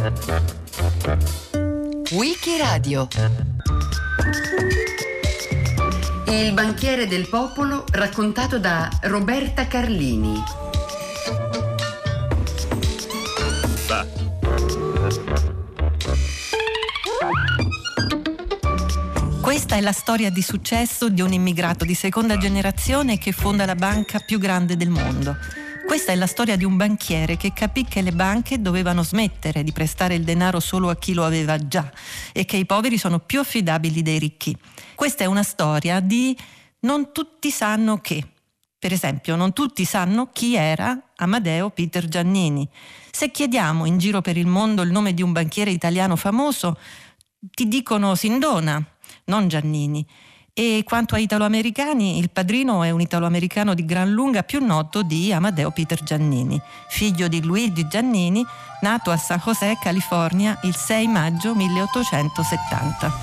Wikiradio. Il banchiere del popolo, raccontato da Roberta Carlini. Questa è la storia di successo di un immigrato di seconda generazione che fonda la banca più grande del mondo. Questa è la storia di un banchiere che capì che le banche dovevano smettere di prestare il denaro solo a chi lo aveva già e che i poveri sono più affidabili dei ricchi. Questa è una storia di non tutti sanno che. Per esempio, non tutti sanno chi era Amadeo Peter Giannini. Se chiediamo in giro per il mondo il nome di un banchiere italiano famoso, ti dicono Sindona, non Giannini. E quanto a italoamericani, il padrino è un italoamericano di gran lunga più noto di Amadeo Peter Giannini, figlio di Luigi Giannini, nato a San José, California, il 6 maggio 1870.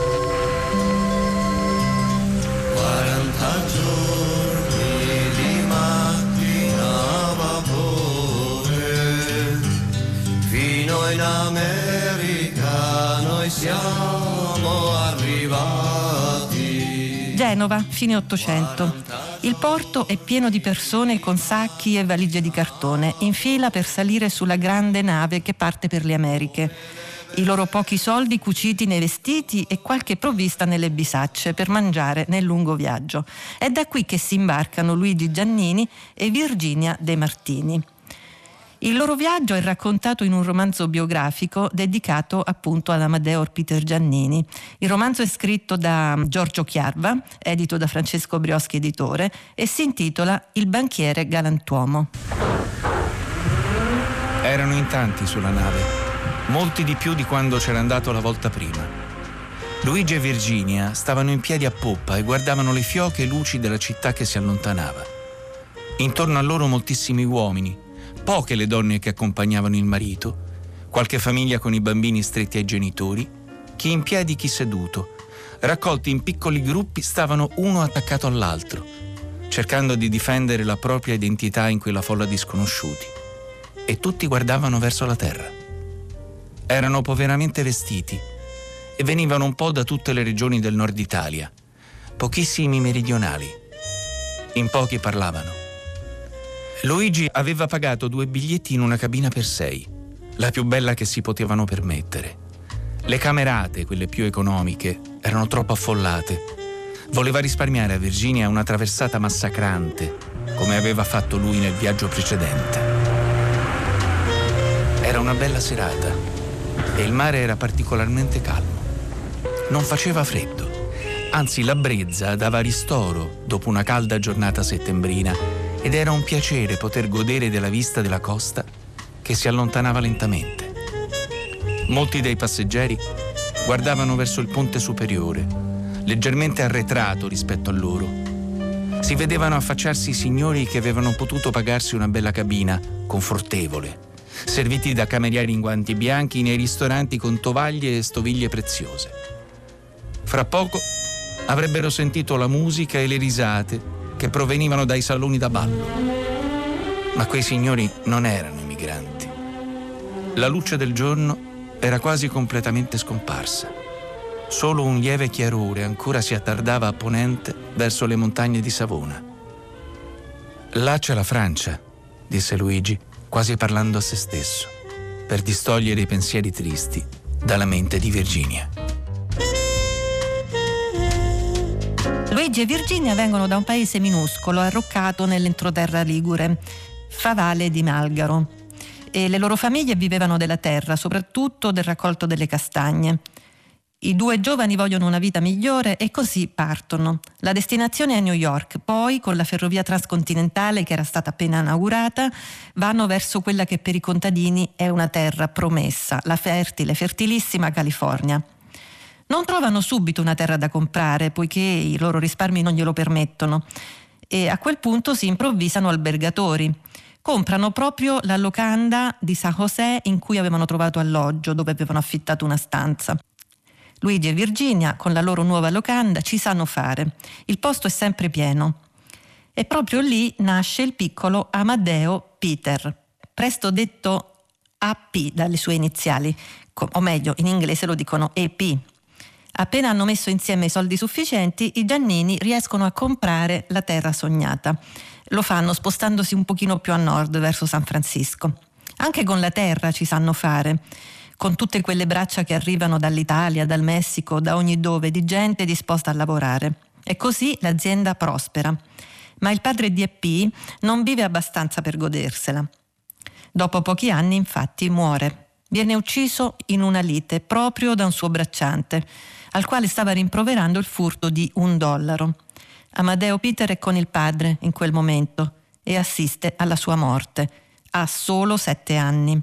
40 giorni di mattina a vapore, fino in America noi siamo arrivati. Genova, fine 800. Il porto è pieno di persone con sacchi e valigie di cartone, in fila per salire sulla grande nave che parte per le Americhe. I loro pochi soldi cuciti nei vestiti e qualche provvista nelle bisacce per mangiare nel lungo viaggio. È da qui che si imbarcano Luigi Giannini e Virginia De Martini. Il loro viaggio è raccontato in un romanzo biografico dedicato appunto ad Amadeo Peter Giannini. Il romanzo è scritto da Giorgio Chiarva, edito da Francesco Brioschi editore, e si intitola Il banchiere galantuomo. Erano in tanti sulla nave, molti di più di quando c'era andato la volta prima. Luigi e Virginia stavano in piedi a poppa e guardavano le fioche luci della città che si allontanava. Intorno a loro moltissimi uomini, poche le donne che accompagnavano il marito, qualche famiglia con i bambini stretti ai genitori, chi in piedi, chi seduto. Raccolti in piccoli gruppi stavano uno attaccato all'altro, cercando di difendere la propria identità in quella folla di sconosciuti. E tutti guardavano verso la terra. Erano poveramente vestiti e venivano un po' da tutte le regioni del nord Italia, pochissimi meridionali. In pochi parlavano. Luigi aveva pagato 2 biglietti in una cabina per 6, la più bella che si potevano permettere. Le camerate, quelle più economiche, erano troppo affollate. Voleva risparmiare a Virginia una traversata massacrante, come aveva fatto lui nel viaggio precedente. Era una bella serata e il mare era particolarmente calmo. Non faceva freddo, anzi la brezza dava ristoro dopo una calda giornata settembrina ed era un piacere poter godere della vista della costa che si allontanava lentamente. Molti dei passeggeri guardavano verso il ponte superiore, leggermente arretrato rispetto a loro. Si vedevano affacciarsi i signori che avevano potuto pagarsi una bella cabina, confortevole, serviti da camerieri in guanti bianchi nei ristoranti con tovaglie e stoviglie preziose. Fra poco avrebbero sentito la musica e le risate che provenivano dai saloni da ballo. Ma quei signori non erano immigranti. La luce del giorno era quasi completamente scomparsa. Solo un lieve chiarore ancora si attardava a ponente verso le montagne di Savona. Là c'è la Francia, disse Luigi, quasi parlando a se stesso, per distogliere i pensieri tristi dalla mente di Virginia. Luigi e Virginia vengono da un paese minuscolo, arroccato nell'entroterra ligure, Favale di Malgaro, e le loro famiglie vivevano della terra, soprattutto del raccolto delle castagne. I 2 giovani vogliono una vita migliore e così partono. La destinazione è New York, poi con la ferrovia transcontinentale che era stata appena inaugurata vanno verso quella che per i contadini è una terra promessa, la fertile, fertilissima California. Non trovano subito una terra da comprare, poiché i loro risparmi non glielo permettono, e a quel punto si improvvisano albergatori. Comprano proprio la locanda di San José in cui avevano trovato alloggio, dove avevano affittato una stanza. Luigi e Virginia, con la loro nuova locanda, ci sanno fare. Il posto è sempre pieno. E proprio lì nasce il piccolo Amadeo Peter, presto detto AP dalle sue iniziali, o meglio in inglese lo dicono EP. Appena hanno messo insieme i soldi sufficienti, i Giannini riescono a comprare la terra sognata. Lo fanno spostandosi un pochino più a nord, verso San Francisco. Anche con la terra ci sanno fare, con tutte quelle braccia che arrivano dall'Italia, dal Messico, da ogni dove, di gente disposta a lavorare. E così l'azienda prospera. Ma il padre di EP non vive abbastanza per godersela. Dopo pochi anni, infatti, muore. Viene ucciso in una lite proprio da un suo bracciante, al quale stava rimproverando il furto di $1. Amadeo Peter è con il padre in quel momento e assiste alla sua morte. Ha solo 7 anni.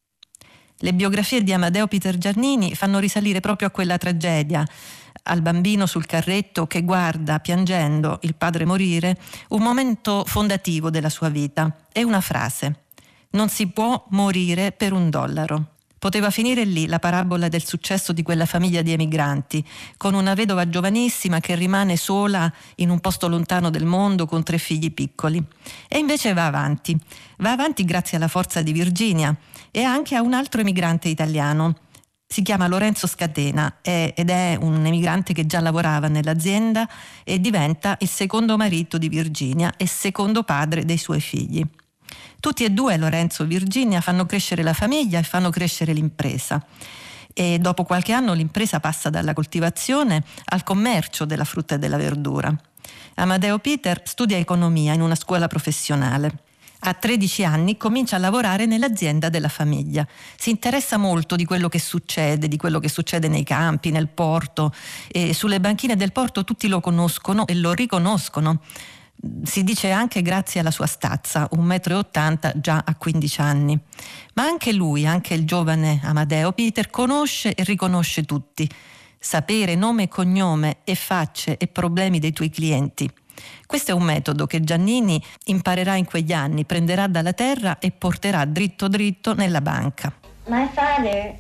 Le biografie di Amadeo Peter Giannini fanno risalire proprio a quella tragedia, al bambino sul carretto che guarda, piangendo, il padre morire, un momento fondativo della sua vita. È una frase: non si può morire per $1. Poteva finire lì la parabola del successo di quella famiglia di emigranti, con una vedova giovanissima che rimane sola in un posto lontano del mondo con 3 figli piccoli. E invece va avanti grazie alla forza di Virginia e anche a un altro emigrante italiano. Si chiama Lorenzo Scatena ed è un emigrante che già lavorava nell'azienda e diventa il secondo marito di Virginia e secondo padre dei suoi figli. Tutti e due, Lorenzo e Virginia, fanno crescere la famiglia e fanno crescere l'impresa. E dopo qualche anno l'impresa passa dalla coltivazione al commercio della frutta e della verdura. Amadeo Peter studia economia in una scuola professionale. A 13 anni comincia a lavorare nell'azienda della famiglia. Si interessa molto di quello che succede nei campi, nel porto. E sulle banchine del porto tutti lo conoscono e lo riconoscono. Si dice anche grazie alla sua stazza, 1,80 m già a 15 anni. Ma anche lui, anche il giovane Amadeo Peter, conosce e riconosce tutti. Sapere nome e cognome e facce e problemi dei tuoi clienti. Questo è un metodo che Giannini imparerà in quegli anni, prenderà dalla terra e porterà dritto dritto nella banca. My father,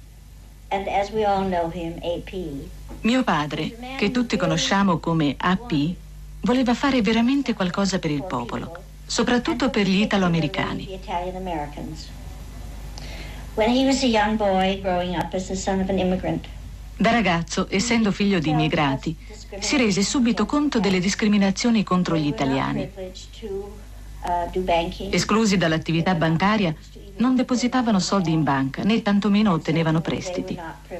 and as we all know him, AP. Mio padre, che tutti conosciamo come AP, voleva fare veramente qualcosa per il popolo, soprattutto per gli italo-americani. When he was a young boy growing up as the son of an immigrant. Da ragazzo, essendo figlio di immigrati, si rese subito conto delle discriminazioni contro gli italiani. Esclusi dall'attività bancaria, non depositavano soldi in banca, né tantomeno ottenevano prestiti.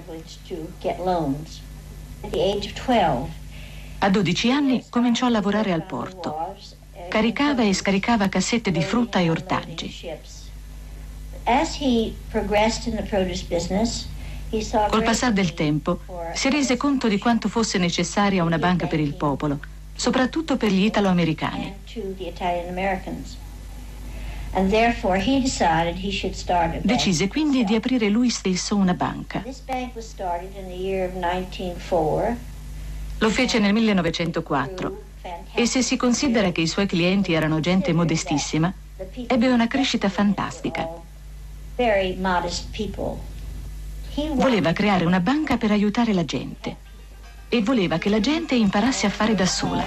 A 12 anni cominciò a lavorare al porto. Caricava e scaricava cassette di frutta e ortaggi. Col passare del tempo si rese conto di quanto fosse necessaria una banca per il popolo, soprattutto per gli italo-americani. Decise quindi di aprire lui stesso una banca. Lo fece nel 1904 e se si considera che i suoi clienti erano gente modestissima, ebbe una crescita fantastica. Voleva creare una banca per aiutare la gente e voleva che la gente imparasse a fare da sola.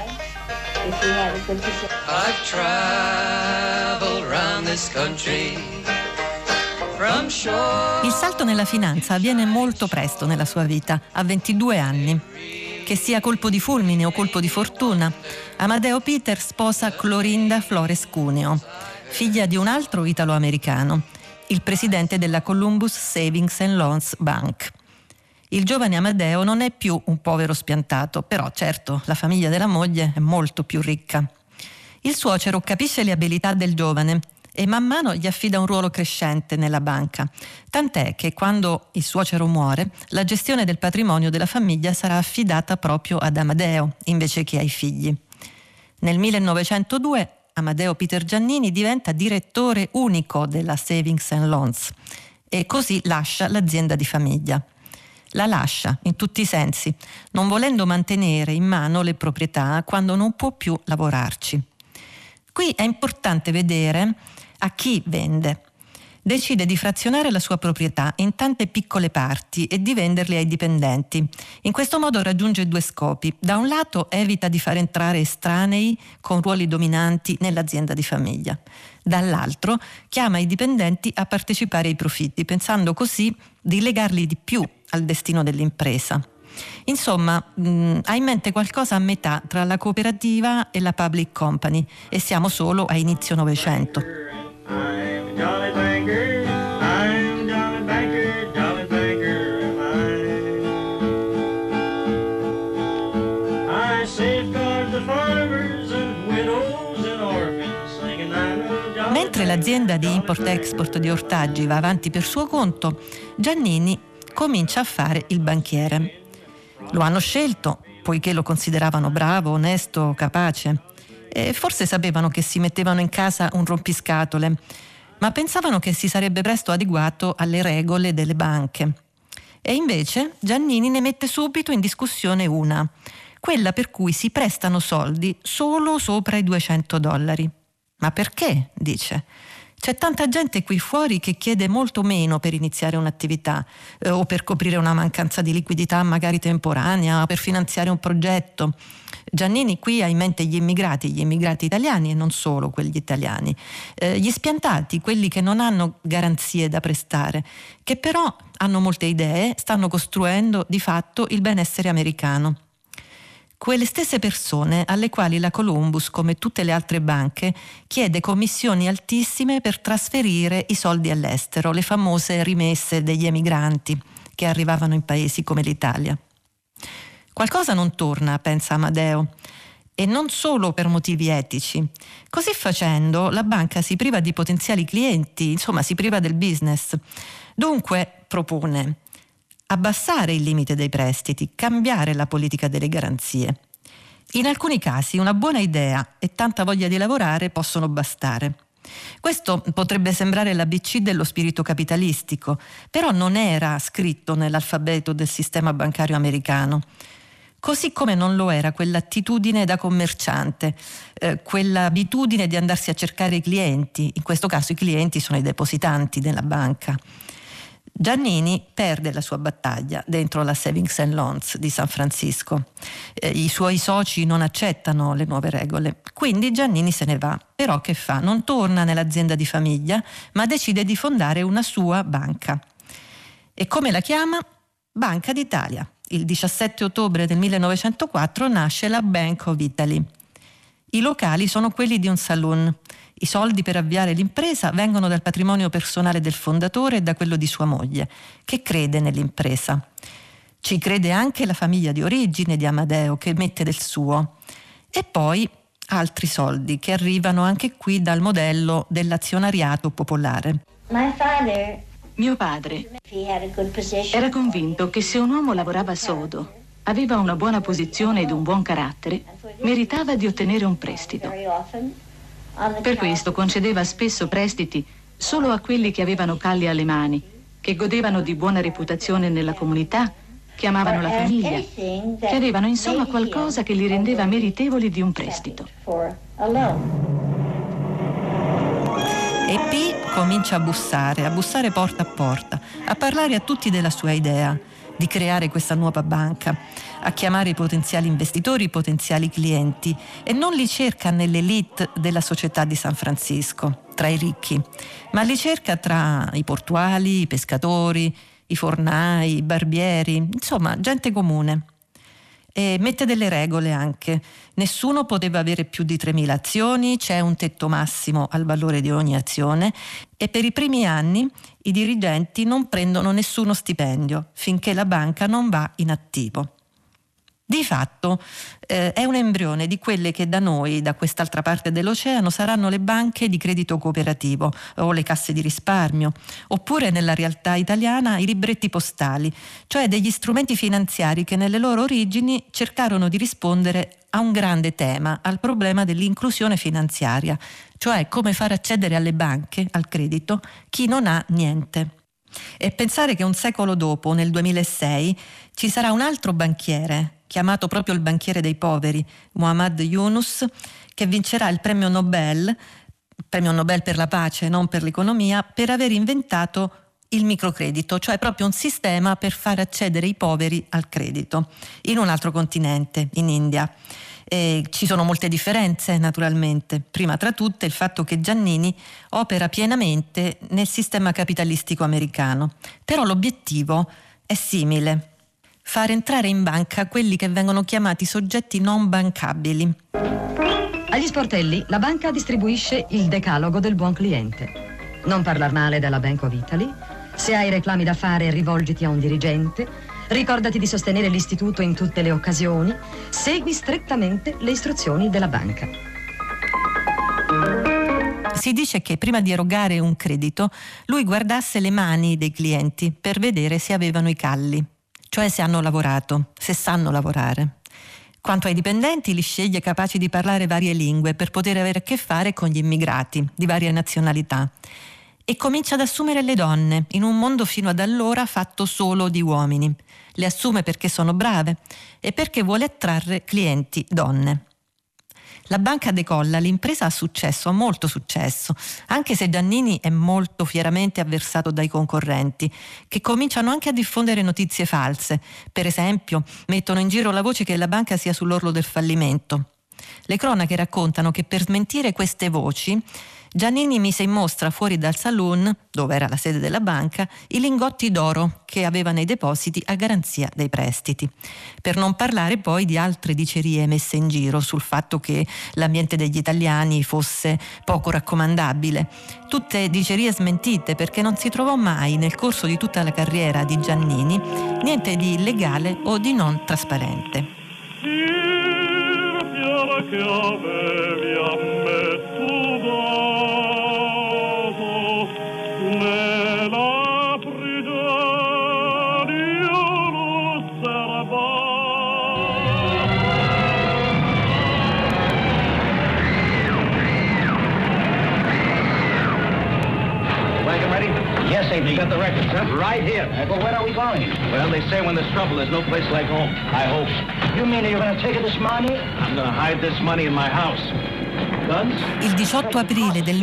Il salto nella finanza avviene molto presto nella sua vita, a 22 anni. Che sia colpo di fulmine o colpo di fortuna, Amadeo Peter sposa Clorinda Flores Cuneo, figlia di un altro italo-americano, il presidente della Columbus Savings and Loans Bank. Il giovane Amadeo non è più un povero spiantato, però certo la famiglia della moglie è molto più ricca. Il suocero capisce le abilità del giovane e man mano gli affida un ruolo crescente nella banca, tant'è che quando il suocero muore, la gestione del patrimonio della famiglia sarà affidata proprio ad Amadeo, invece che ai figli. Nel 1902 Amadeo Peter Giannini diventa direttore unico della Savings and Loans e così lascia l'azienda di famiglia. La lascia in tutti i sensi, non volendo mantenere in mano le proprietà quando non può più lavorarci. Qui è importante vedere a chi vende. decide di frazionare la sua proprietà in tante piccole parti e di venderle ai dipendenti. In questo modo raggiunge due scopi. Da un lato evita di far entrare estranei con ruoli dominanti nell'azienda di famiglia. Dall'altro chiama i dipendenti a partecipare ai profitti, pensando così di legarli di più al destino dell'impresa. Insomma, ha in mente qualcosa a metà tra la cooperativa e la public company, e siamo solo a inizio Novecento. I'm jolly banker, I'm jolly banker, jolly banker am I. I safeguard the farmers and widows and orphans, singing I'm a jolly. Mentre l'azienda di import-export di ortaggi va avanti per suo conto, Giannini comincia a fare il banchiere. Lo hanno scelto poiché lo consideravano bravo, onesto, capace. E forse sapevano che si mettevano in casa un rompiscatole, ma pensavano che si sarebbe presto adeguato alle regole delle banche. E invece Giannini ne mette subito in discussione una, quella per cui si prestano soldi solo sopra i $200. Ma perché? Dice. C'è tanta gente qui fuori che chiede molto meno per iniziare un'attività o per coprire una mancanza di liquidità magari temporanea, per finanziare un progetto. Giannini qui ha in mente gli immigrati italiani e non solo quelli italiani, gli spiantati, quelli che non hanno garanzie da prestare, che però hanno molte idee, stanno costruendo di fatto il benessere americano. Quelle stesse persone alle quali la Columbus, come tutte le altre banche, chiede commissioni altissime per trasferire i soldi all'estero, le famose rimesse degli emigranti che arrivavano in paesi come l'Italia. Qualcosa non torna, pensa Amadeo, e non solo per motivi etici. Così facendo, la banca si priva di potenziali clienti, insomma si priva del business. Dunque propone abbassare il limite dei prestiti, cambiare la politica delle garanzie. In alcuni casi una buona idea e tanta voglia di lavorare possono bastare. Questo potrebbe sembrare l'ABC dello spirito capitalistico, però non era scritto nell'alfabeto del sistema bancario americano. Così come non lo era quell'attitudine da commerciante, quell'abitudine di andarsi a cercare i clienti, in questo caso i clienti sono i depositanti della banca. Giannini perde la sua battaglia dentro la Savings and Loans di San Francisco. I suoi soci non accettano le nuove regole, quindi Giannini se ne va. Però che fa? Non torna nell'azienda di famiglia, ma decide di fondare una sua banca. E come la chiama? Banca d'Italia. Il 17 ottobre del 1904 nasce la Bank of Italy. I locali sono quelli di un saloon. I soldi per avviare l'impresa vengono dal patrimonio personale del fondatore e da quello di sua moglie, che crede nell'impresa. Ci crede anche la famiglia di origine di Amadeo, che mette del suo. E poi altri soldi che arrivano anche qui dal modello dell'azionariato popolare. Mio padre era convinto che se un uomo lavorava sodo, aveva una buona posizione ed un buon carattere, meritava di ottenere un prestito. Per questo concedeva spesso prestiti solo a quelli che avevano calli alle mani, che godevano di buona reputazione nella comunità, che amavano la famiglia, che avevano insomma qualcosa che li rendeva meritevoli di un prestito. E P comincia a bussare porta a porta, a parlare a tutti della sua idea di creare questa nuova banca, a chiamare i potenziali investitori, i potenziali clienti, e non li cerca nell'elite della società di San Francisco, tra i ricchi, ma li cerca tra i portuali, i pescatori, i fornai, i barbieri, insomma gente comune. E mette delle regole anche. Nessuno poteva avere più di 3.000 azioni, c'è un tetto massimo al valore di ogni azione e per i primi anni i dirigenti non prendono nessuno stipendio finché la banca non va in attivo. Di fatto è un embrione di quelle che da noi, da quest'altra parte dell'oceano, saranno le banche di credito cooperativo o le casse di risparmio, oppure nella realtà italiana i libretti postali, cioè degli strumenti finanziari che nelle loro origini cercarono di rispondere a un grande tema, al problema dell'inclusione finanziaria, cioè come far accedere alle banche, al credito, chi non ha niente. E pensare che un secolo dopo, nel 2006, ci sarà un altro banchiere, chiamato proprio il banchiere dei poveri, Muhammad Yunus, che vincerà il premio Nobel premio Nobel per la pace, non per l'economia, per aver inventato il microcredito, cioè proprio un sistema per far accedere i poveri al credito in un altro continente, in India. Ci sono molte differenze, naturalmente. Prima tra tutte il fatto che Giannini opera pienamente nel sistema capitalistico americano, però l'obiettivo è simile: far entrare in banca quelli che vengono chiamati soggetti non bancabili. Agli sportelli la banca distribuisce il decalogo del buon cliente. Non parlar male della Bank of Italy. Se hai reclami da fare, rivolgiti a un dirigente. Ricordati di sostenere l'istituto in tutte le occasioni. Segui strettamente le istruzioni della banca. Si dice che prima di erogare un credito, lui guardasse le mani dei clienti per vedere se avevano i calli, cioè se hanno lavorato, se sanno lavorare. Quanto ai dipendenti, li sceglie capaci di parlare varie lingue per poter avere a che fare con gli immigrati di varie nazionalità. E comincia ad assumere le donne in un mondo fino ad allora fatto solo di uomini. Le assume perché sono brave e perché vuole attrarre clienti donne. La banca decolla, l'impresa ha successo, ha molto successo, anche se Giannini è molto fieramente avversato dai concorrenti, che cominciano anche a diffondere notizie false. Per esempio, mettono in giro la voce che la banca sia sull'orlo del fallimento. Le cronache raccontano che per smentire queste voci Giannini mise in mostra fuori dal saloon, dove era la sede della banca, i lingotti d'oro che aveva nei depositi a garanzia dei prestiti. Per non parlare poi di altre dicerie messe in giro sul fatto che l'ambiente degli italiani fosse poco raccomandabile. Tutte dicerie smentite, perché non si trovò mai nel corso di tutta la carriera di Giannini niente di illegale o di non trasparente. Che avevi a me tubato nella prigione lo servavo. Wagon ready? Yes, AP. You got the records, huh? Right here. Well, where are we going? Well, they say when there's trouble, there's no place like home. I hope. You mean you're going to take this money? I'm going to hide this money in my house. Guns? Il 18 aprile del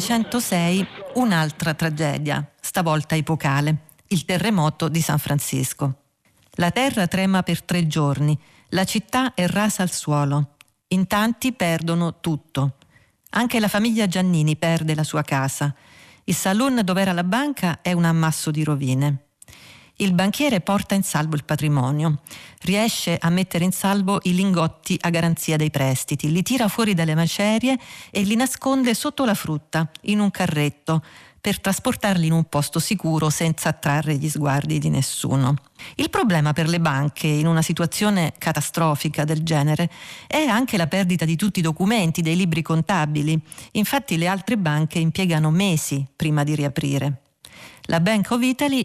1906 un'altra tragedia, stavolta epocale, il terremoto di San Francisco. La terra trema per 3 giorni, la città è rasa al suolo, in tanti perdono tutto. Anche la famiglia Giannini perde la sua casa. Il saloon dove era la banca è un ammasso di rovine. Il banchiere porta in salvo il patrimonio, riesce a mettere in salvo i lingotti a garanzia dei prestiti, li tira fuori dalle macerie e li nasconde sotto la frutta, in un carretto, per trasportarli in un posto sicuro senza attrarre gli sguardi di nessuno. Il problema per le banche in una situazione catastrofica del genere è anche la perdita di tutti i documenti, dei libri contabili. Infatti le altre banche impiegano mesi prima di riaprire. La Bank of Italy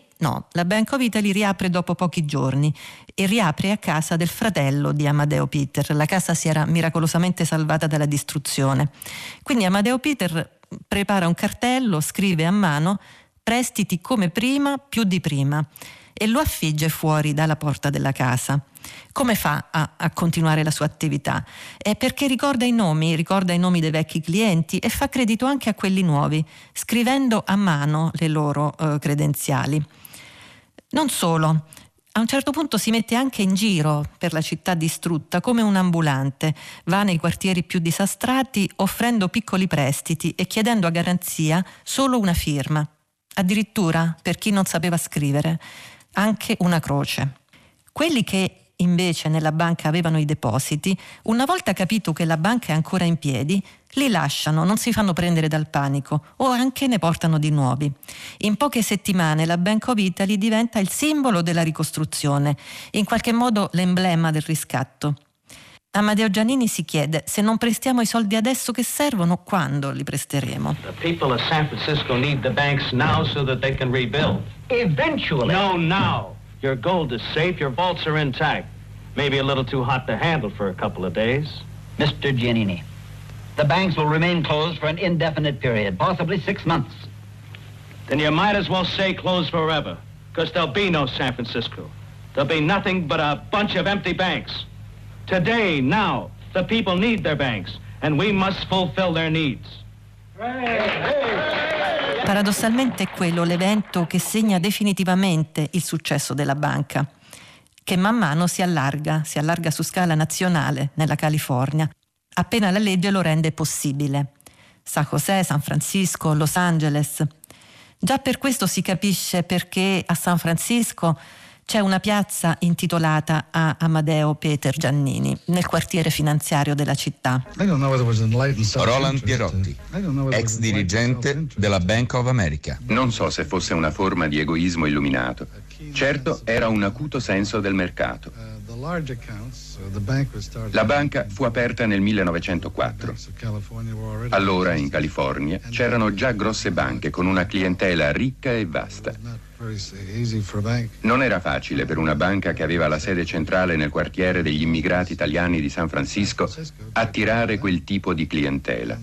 riapre dopo pochi giorni e riapre a casa del fratello di Amadeo Peter. La casa si era miracolosamente salvata dalla distruzione. Quindi Amadeo Peter prepara un cartello, scrive a mano prestiti come prima, più di prima, e lo affigge fuori dalla porta della casa. Come fa a continuare la sua attività? È perché ricorda i nomi dei vecchi clienti e fa credito anche a quelli nuovi, scrivendo a mano le loro credenziali. Non solo, a un certo punto si mette anche in giro per la città distrutta come un ambulante, va nei quartieri più disastrati offrendo piccoli prestiti e chiedendo a garanzia solo una firma, addirittura per chi non sapeva scrivere, anche una croce. Quelli che invece nella banca avevano i depositi, una volta capito che la banca è ancora in piedi, li lasciano, non si fanno prendere dal panico o anche ne portano di nuovi. In poche settimane la Bank of Italy diventa il simbolo della ricostruzione, in qualche modo l'emblema del riscatto. Amadeo Giannini si chiede: se non prestiamo i soldi adesso che servono, quando li presteremo? The people of San Francisco need the banks now so that they can rebuild. Eventually. No, now. Your gold is safe, your vaults are intact. Maybe a little too hot to handle for a couple of days. Mr. Giannini, the banks will remain closed for an indefinite period, possibly 6 months. Then you might as well stay closed forever, because there'll be no San Francisco. There'll be nothing but a bunch of empty banks. Today, now, the people need their banks, and we must fulfill their needs. Paradossalmente è quello l'evento che segna definitivamente il successo della banca, che man mano si allarga su scala nazionale nella California, appena la legge lo rende possibile. San José, San Francisco, Los Angeles. Già per questo si capisce perché a San Francisco c'è una piazza intitolata a Amadeo Peter Giannini, nel quartiere finanziario della città. Roland Pierotti, ex dirigente della Bank of America. Non so se fosse una forma di egoismo illuminato. Certo, era un acuto senso del mercato. La banca fu aperta nel 1904. Allora, in California, c'erano già grosse banche con una clientela ricca e vasta. Non era facile per una banca che aveva la sede centrale nel quartiere degli immigrati italiani di San Francisco attirare quel tipo di clientela.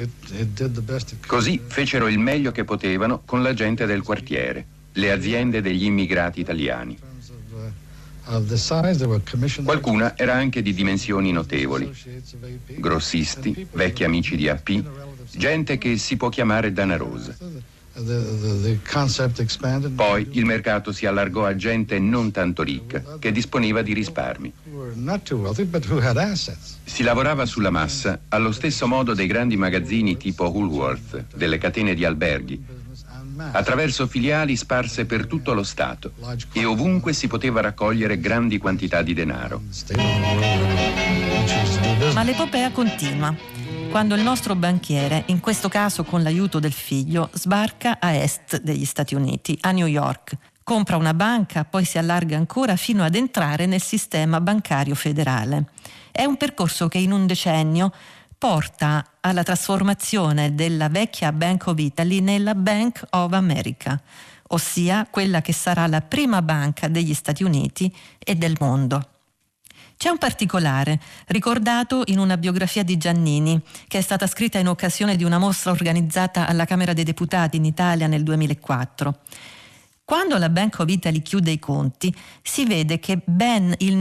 Così fecero il meglio che potevano con la gente del quartiere, le aziende degli immigrati italiani. Qualcuna era anche di dimensioni notevoli. Grossisti, vecchi amici di AP, gente che si può chiamare danarosa. Poi il mercato si allargò a gente non tanto ricca, che disponeva di risparmi. Si lavorava sulla massa allo stesso modo dei grandi magazzini tipo Woolworth, delle catene di alberghi, attraverso filiali sparse per tutto lo Stato, e ovunque si poteva raccogliere grandi quantità di denaro. Ma l'epopea continua, quando il nostro banchiere, in questo caso con l'aiuto del figlio, sbarca a est degli Stati Uniti, a New York. Compra una banca, poi si allarga ancora fino ad entrare nel sistema bancario federale. È un percorso che in un decennio porta alla trasformazione della vecchia Bank of Italy nella Bank of America, ossia quella che sarà la prima banca degli Stati Uniti e del mondo. C'è un particolare, ricordato in una biografia di Giannini, che è stata scritta in occasione di una mostra organizzata alla Camera dei Deputati in Italia nel 2004. Quando la Bank of Italy chiude i conti, si vede che ben il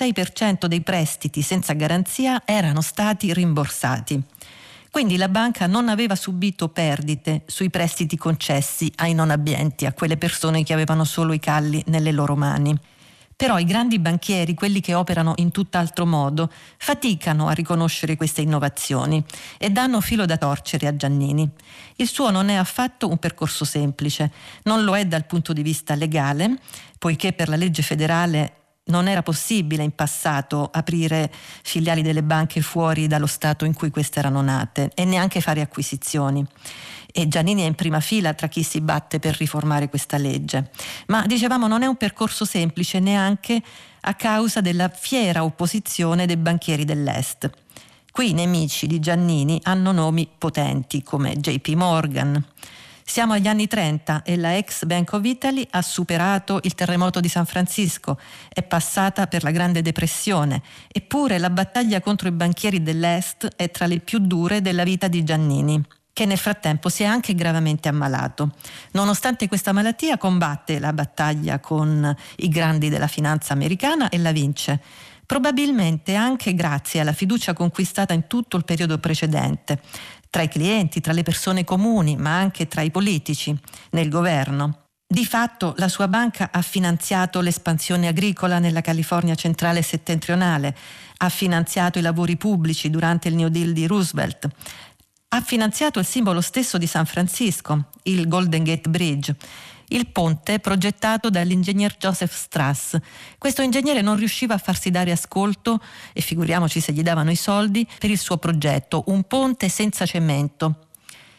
96% dei prestiti senza garanzia erano stati rimborsati. Quindi la banca non aveva subito perdite sui prestiti concessi ai non abbienti, a quelle persone che avevano solo i calli nelle loro mani. Però i grandi banchieri, quelli che operano in tutt'altro modo, faticano a riconoscere queste innovazioni e danno filo da torcere a Giannini. Il suo non è affatto un percorso semplice, non lo è dal punto di vista legale, poiché per la legge federale non era possibile in passato aprire filiali delle banche fuori dallo stato in cui queste erano nate e neanche fare acquisizioni. E Giannini è in prima fila tra chi si batte per riformare questa legge. Ma dicevamo non è un percorso semplice neanche a causa della fiera opposizione dei banchieri dell'Est. Qui i nemici di Giannini hanno nomi potenti come JP Morgan. Siamo agli anni 30 e la ex Bank of Italy ha superato il terremoto di San Francisco, è passata per la Grande Depressione, eppure la battaglia contro i banchieri dell'Est è tra le più dure della vita di Giannini, che nel frattempo si è anche gravemente ammalato. Nonostante questa malattia combatte la battaglia con i grandi della finanza americana e la vince, probabilmente anche grazie alla fiducia conquistata in tutto il periodo precedente, tra i clienti, tra le persone comuni, ma anche tra i politici, nel governo. Di fatto la sua banca ha finanziato l'espansione agricola nella California centrale e settentrionale, ha finanziato i lavori pubblici durante il New Deal di Roosevelt, ha finanziato il simbolo stesso di San Francisco, il Golden Gate Bridge, il ponte progettato dall'ingegner Joseph Strass. Questo ingegnere non riusciva a farsi dare ascolto, e figuriamoci se gli davano i soldi, per il suo progetto, un ponte senza cemento.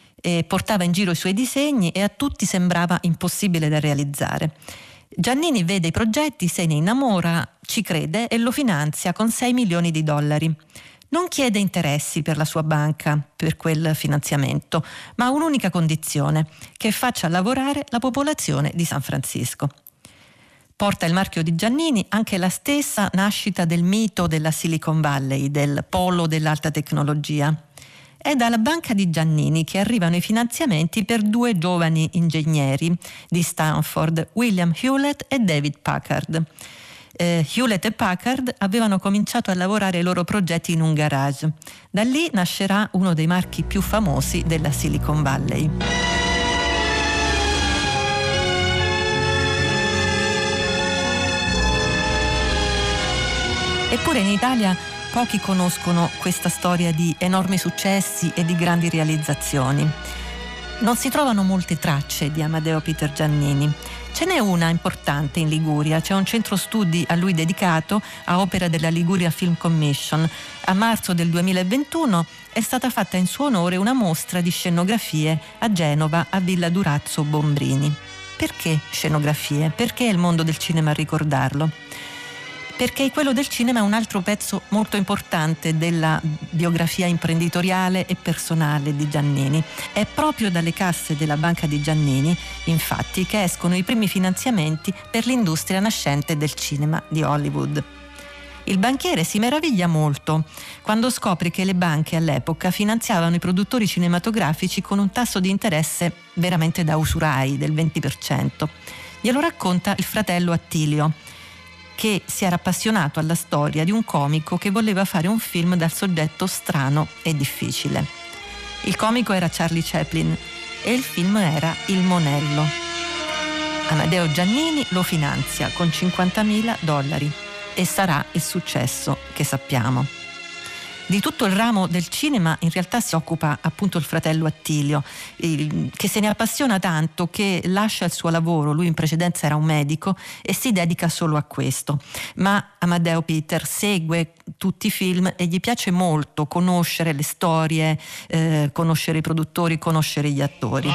E portava in giro i suoi disegni e a tutti sembrava impossibile da realizzare. Giannini vede i progetti, se ne innamora, ci crede e lo finanzia con $6 milioni. Non chiede interessi per la sua banca, per quel finanziamento, ma ha un'unica condizione, che faccia lavorare la popolazione di San Francisco. Porta il marchio di Giannini anche la stessa nascita del mito della Silicon Valley, del polo dell'alta tecnologia. È dalla banca di Giannini che arrivano i finanziamenti per 2 giovani ingegneri di Stanford, William Hewlett e David Packard. Hewlett e Packard avevano cominciato a lavorare ai loro progetti in un garage. Da lì nascerà uno dei marchi più famosi della Silicon Valley. Eppure in Italia pochi conoscono questa storia di enormi successi e di grandi realizzazioni. Non si trovano molte tracce di Amadeo Peter Giannini. Ce n'è una importante in Liguria, c'è un centro studi a lui dedicato, a opera della Liguria Film Commission. A marzo del 2021 è stata fatta in suo onore una mostra di scenografie a Genova, a Villa Durazzo Bombrini. Perché scenografie? Perché è il mondo del cinema a ricordarlo? Perché quello del cinema è un altro pezzo molto importante della biografia imprenditoriale e personale di Giannini. È proprio dalle casse della banca di Giannini, infatti, che escono i primi finanziamenti per l'industria nascente del cinema di Hollywood. Il banchiere si meraviglia molto quando scopre che le banche all'epoca finanziavano i produttori cinematografici con un tasso di interesse veramente da usurai, del 20%. Glielo racconta il fratello Attilio, che si era appassionato alla storia di un comico che voleva fare un film dal soggetto strano e difficile. Il comico era Charlie Chaplin e il film era Il Monello. Amadeo Giannini lo finanzia con $50.000 e sarà il successo che sappiamo. Di tutto il ramo del cinema in realtà si occupa appunto il fratello Attilio, che se ne appassiona tanto che lascia il suo lavoro, lui in precedenza era un medico, e si dedica solo a questo. Ma Amadeo Peter segue tutti i film e gli piace molto conoscere le storie, conoscere i produttori, conoscere gli attori.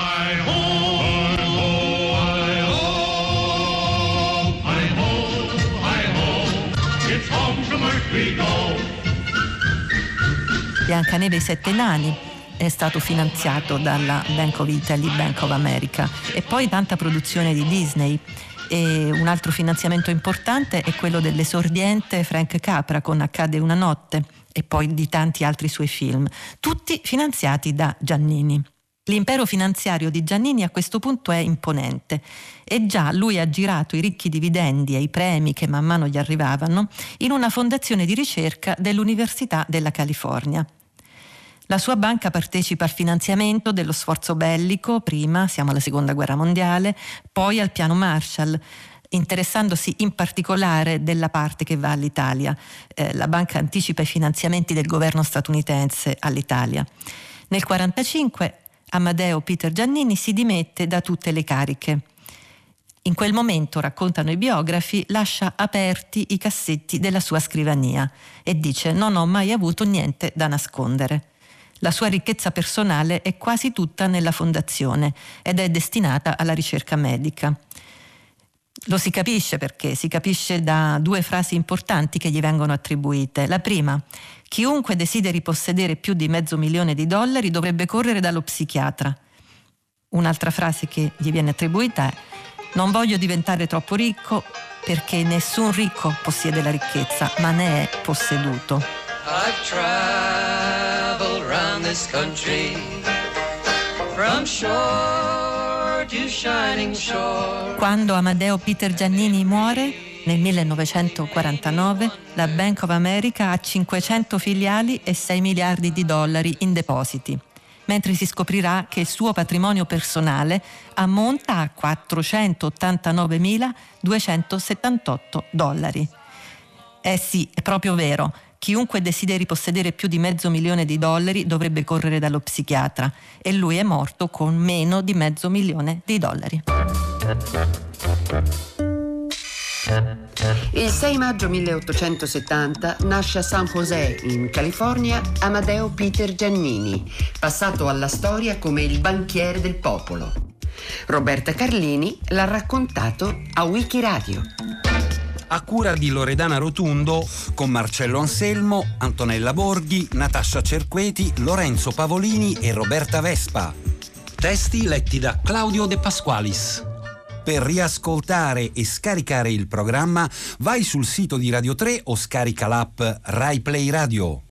Biancaneve e i Sette Nani è stato finanziato dalla Bank of Italy, Bank of America, e poi tanta produzione di Disney. E un altro finanziamento importante è quello dell'esordiente Frank Capra con Accade una notte, e poi di tanti altri suoi film, tutti finanziati da Giannini. L'impero finanziario di Giannini a questo punto è imponente e già lui ha girato i ricchi dividendi e i premi che man mano gli arrivavano in una fondazione di ricerca dell'Università della California. La sua banca partecipa al finanziamento dello sforzo bellico, prima, siamo alla Seconda Guerra Mondiale, poi al piano Marshall, interessandosi in particolare della parte che va all'Italia. La banca anticipa i finanziamenti del governo statunitense all'Italia. Nel 1945 Amadeo Peter Giannini si dimette da tutte le cariche. In quel momento, raccontano i biografi, lascia aperti i cassetti della sua scrivania e dice: non ho mai avuto niente da nascondere. La sua ricchezza personale è quasi tutta nella fondazione ed è destinata alla ricerca medica. Lo si capisce perché? Si capisce da due frasi importanti che gli vengono attribuite. La prima: chiunque desideri possedere più di $500.000 dovrebbe correre dallo psichiatra. Un'altra frase che gli viene attribuita è: non voglio diventare troppo ricco perché nessun ricco possiede la ricchezza, ma ne è posseduto. I've traveled around this country from shore to shining shore. Quando Amadeo Peter Giannini muore nel 1949, la Bank of America ha 500 filiali e $6 miliardi in depositi, mentre si scoprirà che il suo patrimonio personale ammonta a $489.278. Sì, è proprio vero. Chiunque desideri possedere più di $500.000 dovrebbe correre dallo psichiatra, e lui è morto con meno di $500.000. Il 6 maggio 1870 nasce a San José, in California, Amadeo Peter Giannini, passato alla storia come il banchiere del popolo. Roberta Carlini l'ha raccontato a Wikiradio. A cura di Loredana Rotundo, con Marcello Anselmo, Antonella Borghi, Natascia Cerqueti, Lorenzo Pavolini e Roberta Vespa. Testi letti da Claudio De Pasqualis. Per riascoltare e scaricare il programma vai sul sito di Radio 3 o scarica l'app Rai Play Radio.